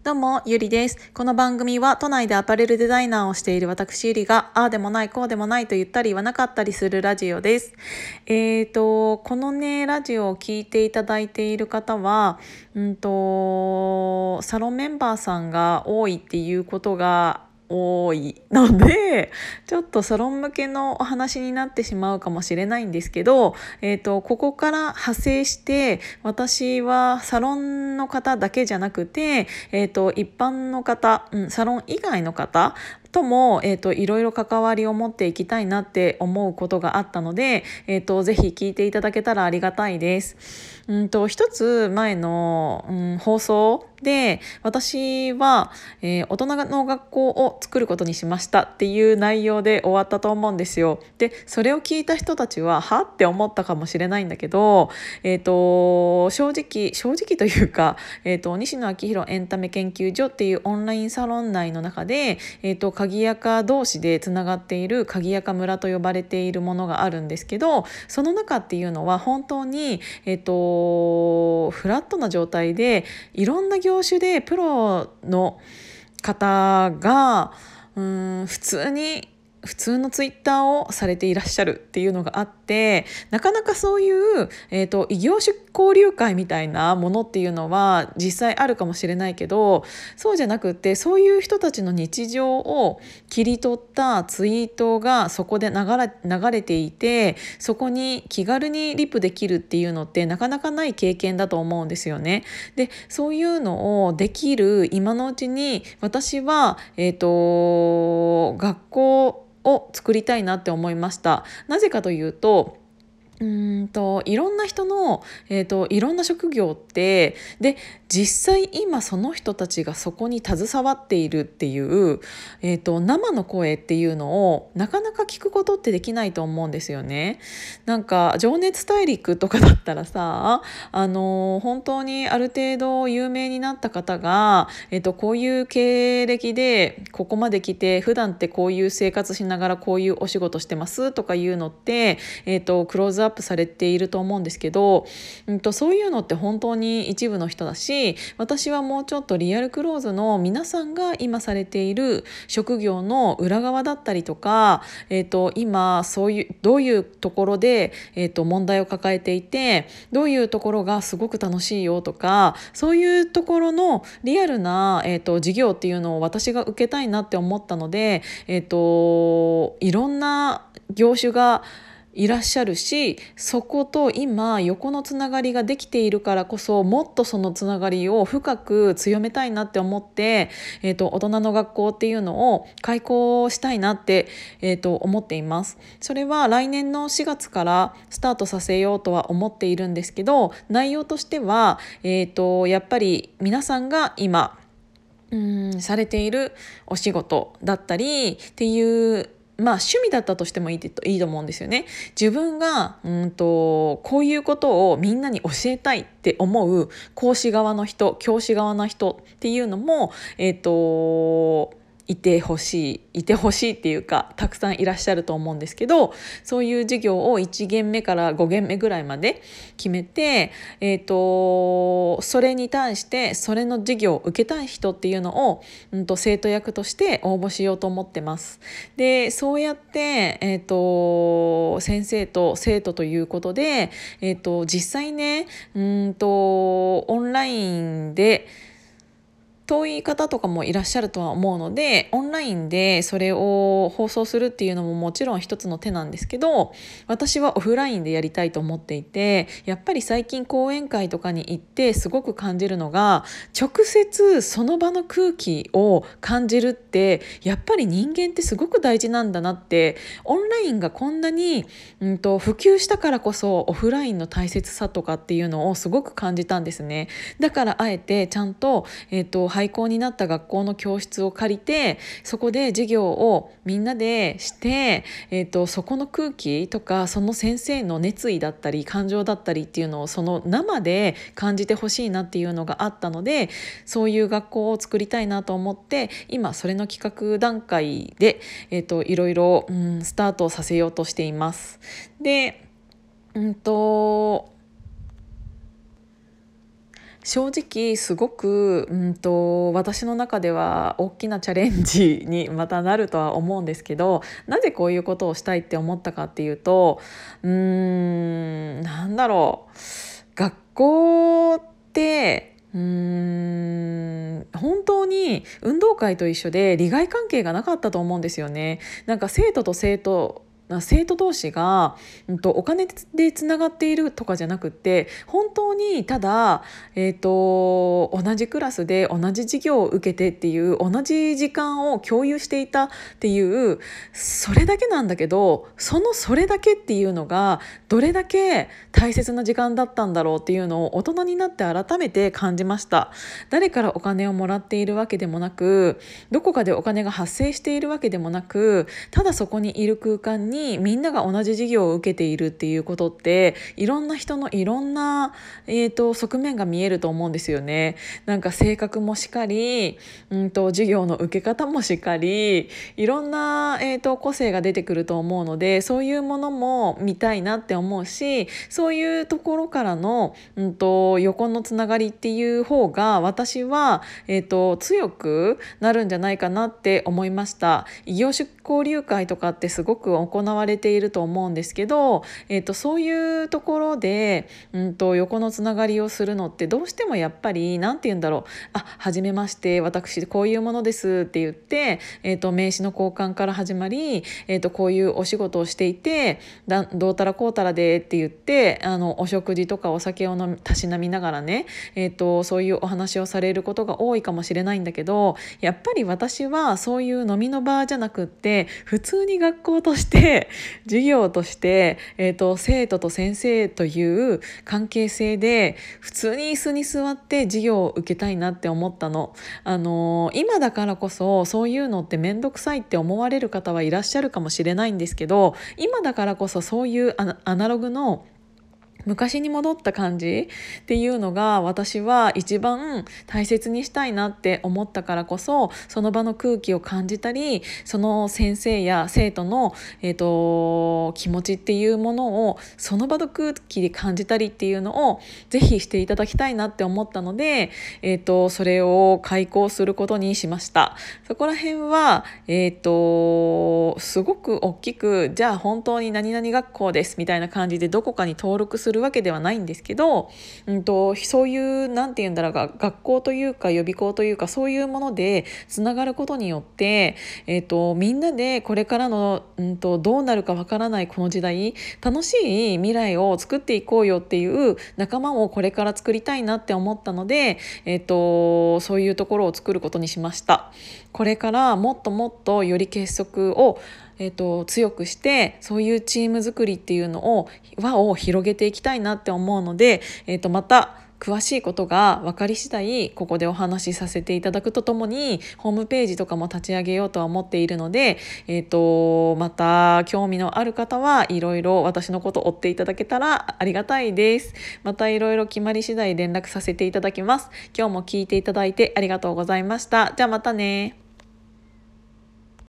どうも、ゆりです。この番組は都内でアパレルデザイナーをしている私ゆりが、ああでもない、こうでもないと言ったり言わなかったりするラジオです。このね、ラジオを聞いていただいている方は、サロンメンバーさんが多いっていうことが多いので、ちょっとサロン向けのお話になってしまうかもしれないんですけど、ここから派生して私はサロンの方だけじゃなくて、一般の方、サロン以外の方とも、いろいろ関わりを持っていきたいなって思うことがあったので、ぜひ聞いていただけたらありがたいです。一つ前の、放送で私は、大人の学校を作ることにしましたっていう内容で終わったと思うんですよ。でそれを聞いた人たちははって思ったかもしれないんだけど、正直というか、西野昭弘エンタメ研究所っていうオンラインサロン内の中で、鍵垢同士でつながっている鍵垢村と呼ばれているものがあるんですけど、その中っていうのは本当に、フラットな状態でいろんな業種でプロの方が普通のツイッターをされていらっしゃるっていうのがあって、なかなかそういう、異業種交流会みたいなものっていうのは実際あるかもしれないけど、そうじゃなくってそういう人たちの日常を切り取ったツイートがそこで流れていて、そこに気軽にリプできるっていうのってなかなかない経験だと思うんですよね。でそういうのをできる今のうちに私は、学校を作りたいなって思いました。なぜかというと、いろんな人の、いろんな職業ってで実際今その人たちがそこに携わっているっていう、生の声っていうのをなかなか聞くことってできないと思うんですよね。なんか情熱大陸とかだったらさ、本当にある程度有名になった方が、こういう経歴でここまで来て普段ってこういう生活しながらこういうお仕事してますとかいうのって、クローズアップされていると思うんですけど、そういうのって本当に一部の人だし、私はもうちょっとリアルクローズの皆さんが今されている職業の裏側だったりとか、今どういうところで、問題を抱えていてどういうところがすごく楽しいよとか、そういうところのリアルな、授業っていうのを私が受けたいなって思ったので、いろんな業種がいらっしゃるし、そこと今横のつながりができているからこそもっとそのつながりを深く強めたいなって思って、大人の学校っていうのを開校したいなって、思っています。それは来年の4月からスタートさせようとは思っているんですけど、内容としては、やっぱり皆さんが今されているお仕事だったりっていう趣味だったとしてもいいと思うんですよね。自分がこういうことをみんなに教えたいって思う講師側の人、教師側の人っていうのも、いてほしいっていうかたくさんいらっしゃると思うんですけど、そういう授業を1限目から5限目ぐらいまで決めて、それに対してそれの授業を受けたい人っていうのを、生徒役として応募しようと思ってます。でそうやって、先生と生徒ということで、実際ねオンラインで遠い方とかもいらっしゃるとは思うので、オンラインでそれを放送するっていうのももちろん一つの手なんですけど、私はオフラインでやりたいと思っていて、やっぱり最近講演会とかに行ってすごく感じるのが、直接その場の空気を感じるってやっぱり人間ってすごく大事なんだなって、オンラインがこんなに、普及したからこそオフラインの大切さとかっていうのをすごく感じたんですね。だからあえてちゃんと、廃校になった学校の教室を借りて、そこで授業をみんなでして、そこの空気とかその先生の熱意だったり感情だったりっていうのをその生で感じてほしいなっていうのがあったので、そういう学校を作りたいなと思って今それの企画段階で、いろいろ、スタートさせようとしています。で正直すごく私の中では大きなチャレンジにまたなるとは思うんですけど、なぜこういうことをしたいって思ったかっていうと、なんだろう、学校って本当に運動会と一緒で利害関係がなかったと思うんですよね。なんか生徒同士が、お金でつながっているとかじゃなくって、本当にただ、同じクラスで同じ授業を受けてっていう同じ時間を共有していたっていうそれだけなんだけど、それだけっていうのがどれだけ大切な時間だったんだろうっていうのを大人になって改めて感じました。誰からお金をもらっているわけでもなく、どこかでお金が発生しているわけでもなく、ただそこにいる空間にみんなが同じ授業を受けているっていうことって、いろんな人のいろんな、側面が見えると思うんですよね。なんか性格もしかり、授業の受け方もしかり、いろんな、個性が出てくると思うので、そういうものも見たいなって思うし、そういうところからの、横のつながりっていう方が私は、強くなるんじゃないかなって思いました。異業種交流会とかってすごく行われていると思うんですけど、そういうところで、横のつながりをするのってどうしてもやっぱりなんて言うんだろう、はじめまして、私こういうものですって言って、名刺の交換から始まり、こういうお仕事をしていてどうたらこうたらでって言って、お食事とかお酒をたしなみながらね、そういうお話をされることが多いかもしれないんだけど、やっぱり私はそういう飲みの場じゃなくって、普通に学校として授業として、生徒と先生という関係性で普通に椅子に座って授業を受けたいなって思ったの。今だからこそそういうのって面倒くさいって思われる方はいらっしゃるかもしれないんですけど、今だからこそそういうアナログの昔に戻った感じっていうのが私は一番大切にしたいなって思ったからこそ、その場の空気を感じたり、その先生や生徒の、気持ちっていうものをその場の空気で感じたりっていうのをぜひしていただきたいなって思ったので、それを開講することにしました。そこら辺は、すごく大きく、じゃあ本当に何々学校ですみたいな感じでどこかに登録するわけではないんですけど、そういうなんて言うんだろう、学校というか予備校というかそういうものでつながることによって、みんなでこれからの、どうなるかわからないこの時代、楽しい未来を作っていこうよっていう仲間をこれから作りたいなって思ったので、そういうところを作ることにしました。これからもっともっとより結束を強くして、そういうチーム作りっていうのを輪を広げていきたいなって思うので、また詳しいことが分かり次第ここでお話しさせていただくとともに、ホームページとかも立ち上げようとは思っているので、また興味のある方はいろいろ私のことを追っていただけたらありがたいです。またいろいろ決まり次第連絡させていただきます。今日も聞いていただいてありがとうございました。じゃあまたね。